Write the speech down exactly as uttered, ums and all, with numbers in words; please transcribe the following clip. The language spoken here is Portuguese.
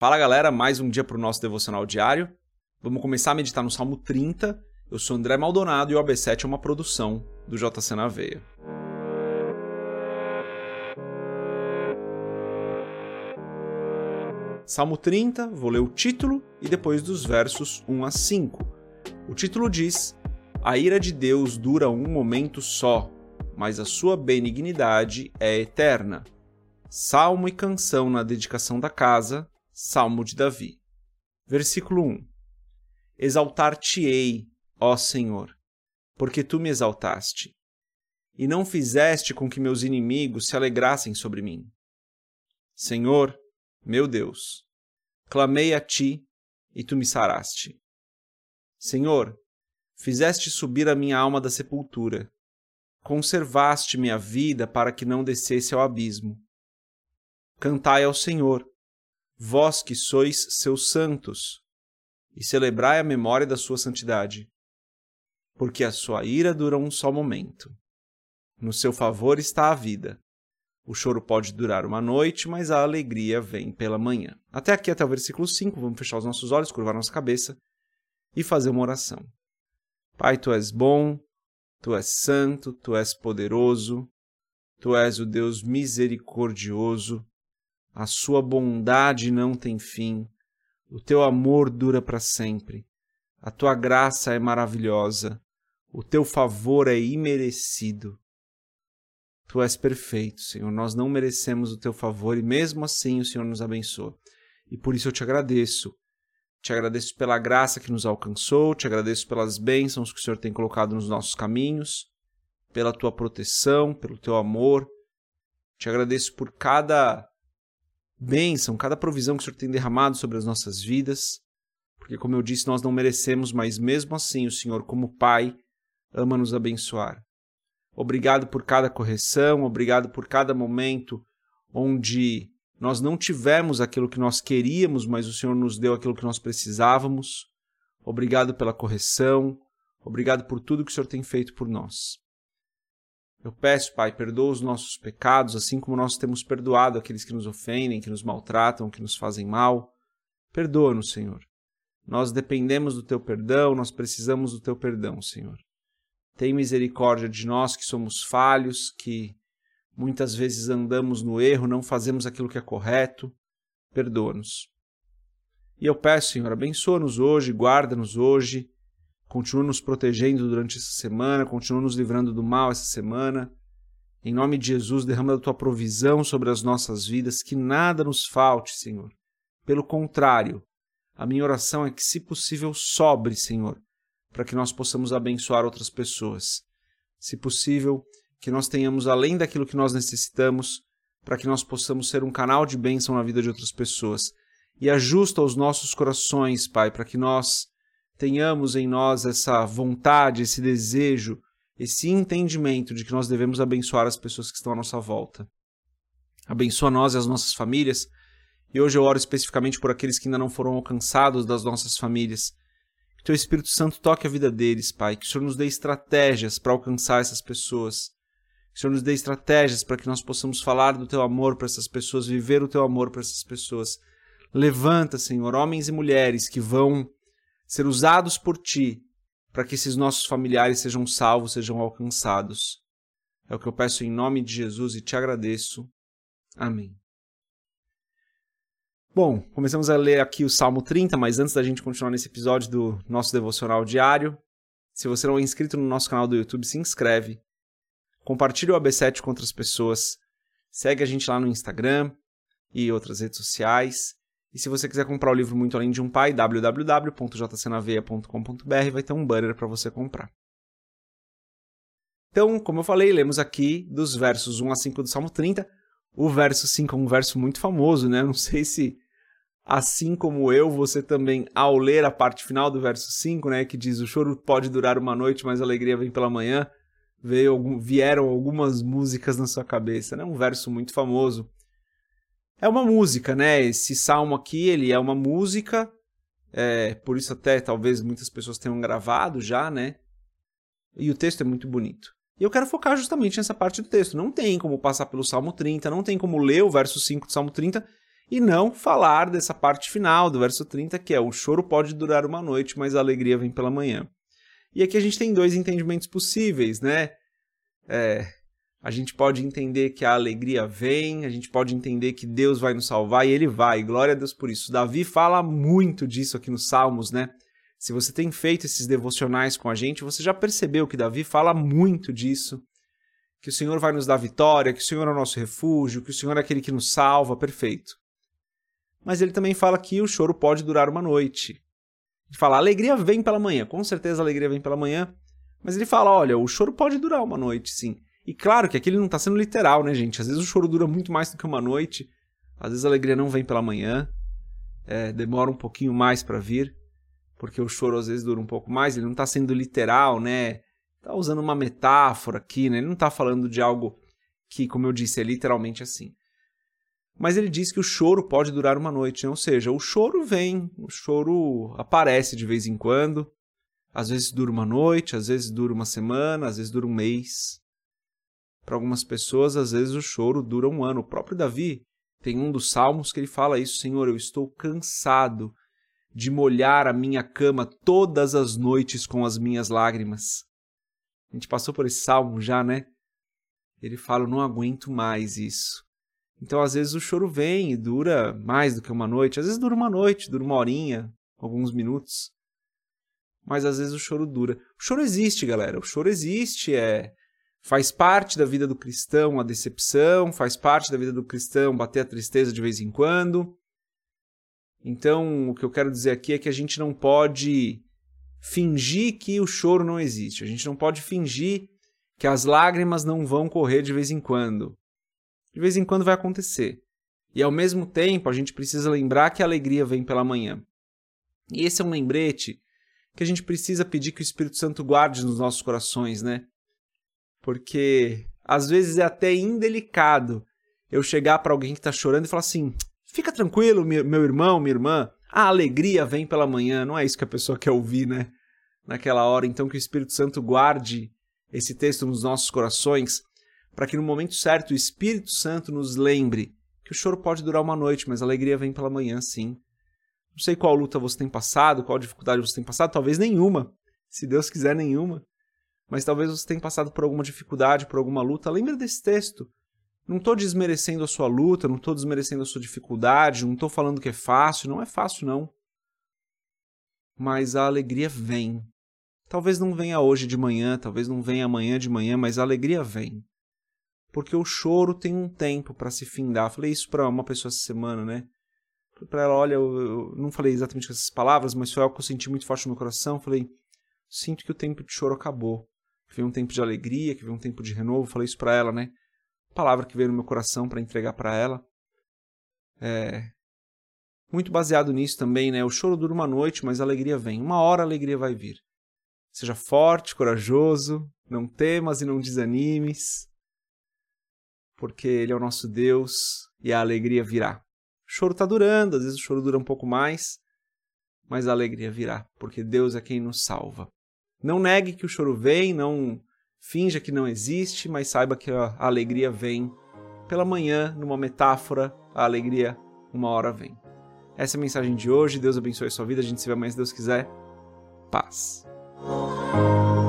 Fala galera, mais um dia para o nosso devocional diário. Vamos começar a meditar no Salmo trinta. Eu sou André Maldonado e o A B sete é uma produção do J C na Veia. Salmo trinta, vou ler o título e depois dos versos um a cinco. O título diz: A ira de Deus dura um momento só, mas a sua benignidade é eterna. Salmo e canção na dedicação da casa, Salmo de Davi. Versículo um. Exaltar-te-ei, ó Senhor, porque tu me exaltaste, e não fizeste com que meus inimigos se alegrassem sobre mim. Senhor, meu Deus, clamei a ti, e tu me saraste. Senhor, fizeste subir a minha alma da sepultura, conservaste minha vida para que não descesse ao abismo. Cantai ao Senhor, vós que sois seus santos, e celebrai a memória da sua santidade, porque a sua ira dura um só momento. No seu favor está a vida. O choro pode durar uma noite, mas a alegria vem pela manhã. Até aqui, até o versículo cinco, vamos fechar os nossos olhos, curvar nossa cabeça e fazer uma oração. Pai, tu és bom, tu és santo, tu és poderoso, tu és o Deus misericordioso. A sua bondade não tem fim, o teu amor dura para sempre, a tua graça é maravilhosa, o teu favor é imerecido. Tu és perfeito, Senhor, nós não merecemos o teu favor e mesmo assim o Senhor nos abençoa. E por isso eu te agradeço. Te agradeço pela graça que nos alcançou, te agradeço pelas bênçãos que o Senhor tem colocado nos nossos caminhos, pela tua proteção, pelo teu amor. Te agradeço por cada bênção, cada provisão que o Senhor tem derramado sobre as nossas vidas, porque, como eu disse, nós não merecemos, mas mesmo assim o Senhor, como Pai, ama nos abençoar. Obrigado por cada correção, obrigado por cada momento onde nós não tivemos aquilo que nós queríamos, mas o Senhor nos deu aquilo que nós precisávamos. Obrigado pela correção, obrigado por tudo que o Senhor tem feito por nós. Eu peço, Pai, perdoa os nossos pecados, assim como nós temos perdoado aqueles que nos ofendem, que nos maltratam, que nos fazem mal. Perdoa-nos, Senhor. Nós dependemos do Teu perdão, nós precisamos do Teu perdão, Senhor. Tem misericórdia de nós que somos falhos, que muitas vezes andamos no erro, não fazemos aquilo que é correto. Perdoa-nos. E eu peço, Senhor, abençoa-nos hoje, guarda-nos hoje, continua nos protegendo durante essa semana, continua nos livrando do mal essa semana. Em nome de Jesus, derrama a tua provisão sobre as nossas vidas, que nada nos falte, Senhor. Pelo contrário, a minha oração é que, se possível, sobre, Senhor, para que nós possamos abençoar outras pessoas. Se possível, que nós tenhamos além daquilo que nós necessitamos, para que nós possamos ser um canal de bênção na vida de outras pessoas. E ajusta os nossos corações, Pai, para que nós tenhamos em nós essa vontade, esse desejo, esse entendimento de que nós devemos abençoar as pessoas que estão à nossa volta. Abençoa nós e as nossas famílias. E hoje eu oro especificamente por aqueles que ainda não foram alcançados das nossas famílias. Que Teu Espírito Santo toque a vida deles, Pai. Que o Senhor nos dê estratégias para alcançar essas pessoas. Que o Senhor nos dê estratégias para que nós possamos falar do Teu amor para essas pessoas, viver o Teu amor para essas pessoas. Levanta, Senhor, homens e mulheres que vão ser usados por Ti para que esses nossos familiares sejam salvos, sejam alcançados. É o que eu peço em nome de Jesus e Te agradeço. Amém. Bom, começamos a ler aqui o Salmo trinta, mas antes da gente continuar nesse episódio do nosso devocional diário, se você não é inscrito no nosso canal do YouTube, se inscreve, compartilha o A B sete com outras pessoas, segue a gente lá no Instagram e outras redes sociais. E se você quiser comprar o livro Muito Além de um Pai, w w w ponto j c na veia ponto com ponto b r, vai ter um banner para você comprar. Então, como eu falei, lemos aqui dos versos um a cinco do Salmo trinta. O verso cinco é um verso muito famoso, né? Não sei se, assim como eu, você também, ao ler a parte final do verso cinco, né, que diz: o choro pode durar uma noite, mas a alegria vem pela manhã, veio algum, vieram algumas músicas na sua cabeça, né? Um verso muito famoso. É uma música, né? Esse salmo aqui, ele é uma música, é, por isso até talvez muitas pessoas tenham gravado já, né? E o texto é muito bonito. E eu quero focar justamente nessa parte do texto. Não tem como passar pelo Salmo trinta, não tem como ler o verso cinco do Salmo trinta e não falar dessa parte final do verso trinta, que é o choro pode durar uma noite, mas a alegria vem pela manhã. E aqui a gente tem dois entendimentos possíveis, né? É, a gente pode entender que a alegria vem, a gente pode entender que Deus vai nos salvar, e Ele vai, glória a Deus por isso. Davi fala muito disso aqui nos Salmos, né? Se você tem feito esses devocionais com a gente, você já percebeu que Davi fala muito disso, que o Senhor vai nos dar vitória, que o Senhor é o nosso refúgio, que o Senhor é aquele que nos salva, perfeito. Mas ele também fala que o choro pode durar uma noite. Ele fala, a alegria vem pela manhã, com certeza a alegria vem pela manhã, mas ele fala, olha, o choro pode durar uma noite, sim. E claro que aqui ele não está sendo literal, né, gente? Às vezes o choro dura muito mais do que uma noite, às vezes a alegria não vem pela manhã, é, demora um pouquinho mais para vir, porque o choro às vezes dura um pouco mais, ele não está sendo literal, né? Está usando uma metáfora aqui, né? Ele não está falando de algo que, como eu disse, é literalmente assim. Mas ele diz que o choro pode durar uma noite, né? Ou seja, o choro vem, o choro aparece de vez em quando, às vezes dura uma noite, às vezes dura uma semana, às vezes dura um mês. Para algumas pessoas, às vezes o choro dura um ano. O próprio Davi tem um dos salmos que ele fala isso, Senhor, eu estou cansado de molhar a minha cama todas as noites com as minhas lágrimas. A gente passou por esse salmo já, né? Ele fala, eu não aguento mais isso. Então, às vezes, o choro vem e dura mais do que uma noite. Às vezes dura uma noite, dura uma horinha, alguns minutos. Mas, às vezes, o choro dura. O choro existe, galera. O choro existe, é... faz parte da vida do cristão a decepção, faz parte da vida do cristão bater a tristeza de vez em quando. Então, o que eu quero dizer aqui é que a gente não pode fingir que o choro não existe. A gente não pode fingir que as lágrimas não vão correr de vez em quando. De vez em quando vai acontecer. E, ao mesmo tempo, a gente precisa lembrar que a alegria vem pela manhã. E esse é um lembrete que a gente precisa pedir que o Espírito Santo guarde nos nossos corações, né? Porque, às vezes, é até indelicado eu chegar para alguém que está chorando e falar assim, fica tranquilo, meu irmão, minha irmã, a alegria vem pela manhã. Não é isso que a pessoa quer ouvir, né? Naquela hora. Então, que o Espírito Santo guarde esse texto nos nossos corações, para que no momento certo o Espírito Santo nos lembre que o choro pode durar uma noite, mas a alegria vem pela manhã, sim. Não sei qual luta você tem passado, qual dificuldade você tem passado, talvez nenhuma, se Deus quiser nenhuma, mas talvez você tenha passado por alguma dificuldade, por alguma luta. Lembra desse texto. Não estou desmerecendo a sua luta, não estou desmerecendo a sua dificuldade, não estou falando que é fácil, não é fácil não. Mas a alegria vem. Talvez não venha hoje de manhã, talvez não venha amanhã de manhã, mas a alegria vem. Porque o choro tem um tempo para se findar. Falei isso para uma pessoa essa semana, né? Falei para ela, olha, eu, eu não falei exatamente com essas palavras, mas foi algo que eu senti muito forte no meu coração. Falei, sinto que o tempo de choro acabou. Que veio um tempo de alegria, que veio um tempo de renovo. Falei isso para ela, né? Palavra que veio no meu coração para entregar para ela. É... Muito baseado nisso também, né? O choro dura uma noite, mas a alegria vem. Uma hora a alegria vai vir. Seja forte, corajoso, não temas e não desanimes, porque Ele é o nosso Deus e a alegria virá. O choro está durando, às vezes o choro dura um pouco mais, mas a alegria virá, porque Deus é quem nos salva. Não negue que o choro vem, não finja que não existe, mas saiba que a alegria vem pela manhã, numa metáfora, a alegria uma hora vem. Essa é a mensagem de hoje, Deus abençoe a sua vida, a gente se vê amanhã se Deus quiser. Paz.